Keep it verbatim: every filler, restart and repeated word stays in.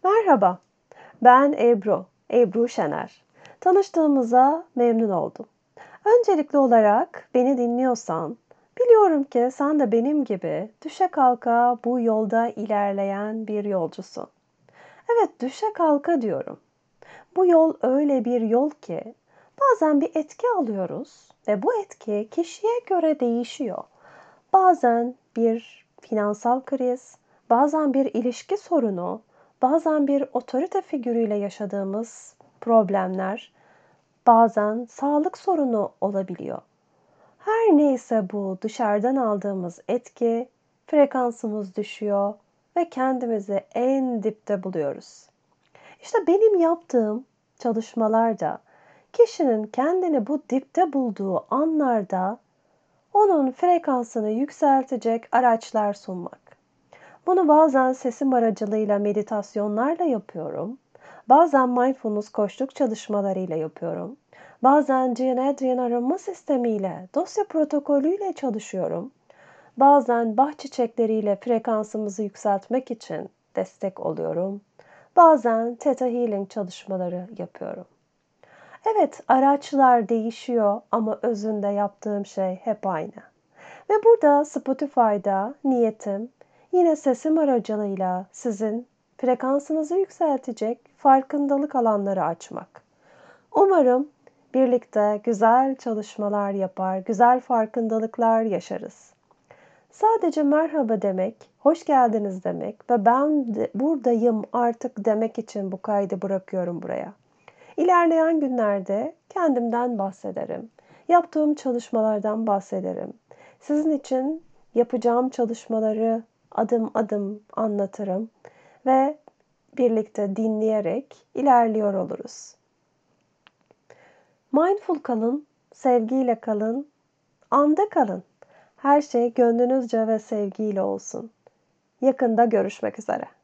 Merhaba, ben Ebru, Ebru Şener. Tanıştığımıza memnun oldum. Öncelikli olarak beni dinliyorsan, biliyorum ki sen de benim gibi düşe kalka bu yolda ilerleyen bir yolcusun. Evet, düşe kalka diyorum. Bu yol öyle bir yol ki bazen bir etki alıyoruz ve bu etki kişiye göre değişiyor. Bazen bir finansal kriz, bazen bir ilişki sorunu, bazen bir otorite figürüyle yaşadığımız problemler, bazen sağlık sorunu olabiliyor. Her neyse bu dışarıdan aldığımız etki, frekansımız düşüyor ve kendimizi en dipte buluyoruz. İşte benim yaptığım çalışmalarda kişinin kendini bu dipte bulduğu anlarda onun frekansını yükseltecek araçlar sunmak. Bunu bazen sesim aracılığıyla meditasyonlarla yapıyorum. Bazen mindfulness koçluk çalışmalarıyla yapıyorum. Bazen Gene Adrian arama sistemiyle, dosya protokolüyle çalışıyorum. Bazen bah çiçekleriyle frekansımızı yükseltmek için destek oluyorum. Bazen Theta Healing çalışmaları yapıyorum. Evet, araçlar değişiyor ama özünde yaptığım şey hep aynı. Ve burada Spotify'da niyetim yine sesim aracılığıyla sizin frekansınızı yükseltecek farkındalık alanları açmak. Umarım birlikte güzel çalışmalar yapar, güzel farkındalıklar yaşarız. Sadece merhaba demek, hoş geldiniz demek ve ben de buradayım artık demek için bu kaydı bırakıyorum buraya. İlerleyen günlerde kendimden bahsederim. Yaptığım çalışmalardan bahsederim. Sizin için yapacağım çalışmaları adım adım anlatırım ve birlikte dinleyerek ilerliyor oluruz. Mindful kalın, sevgiyle kalın, anda kalın. Her şey gönlünüzce ve sevgiyle olsun. Yakında görüşmek üzere.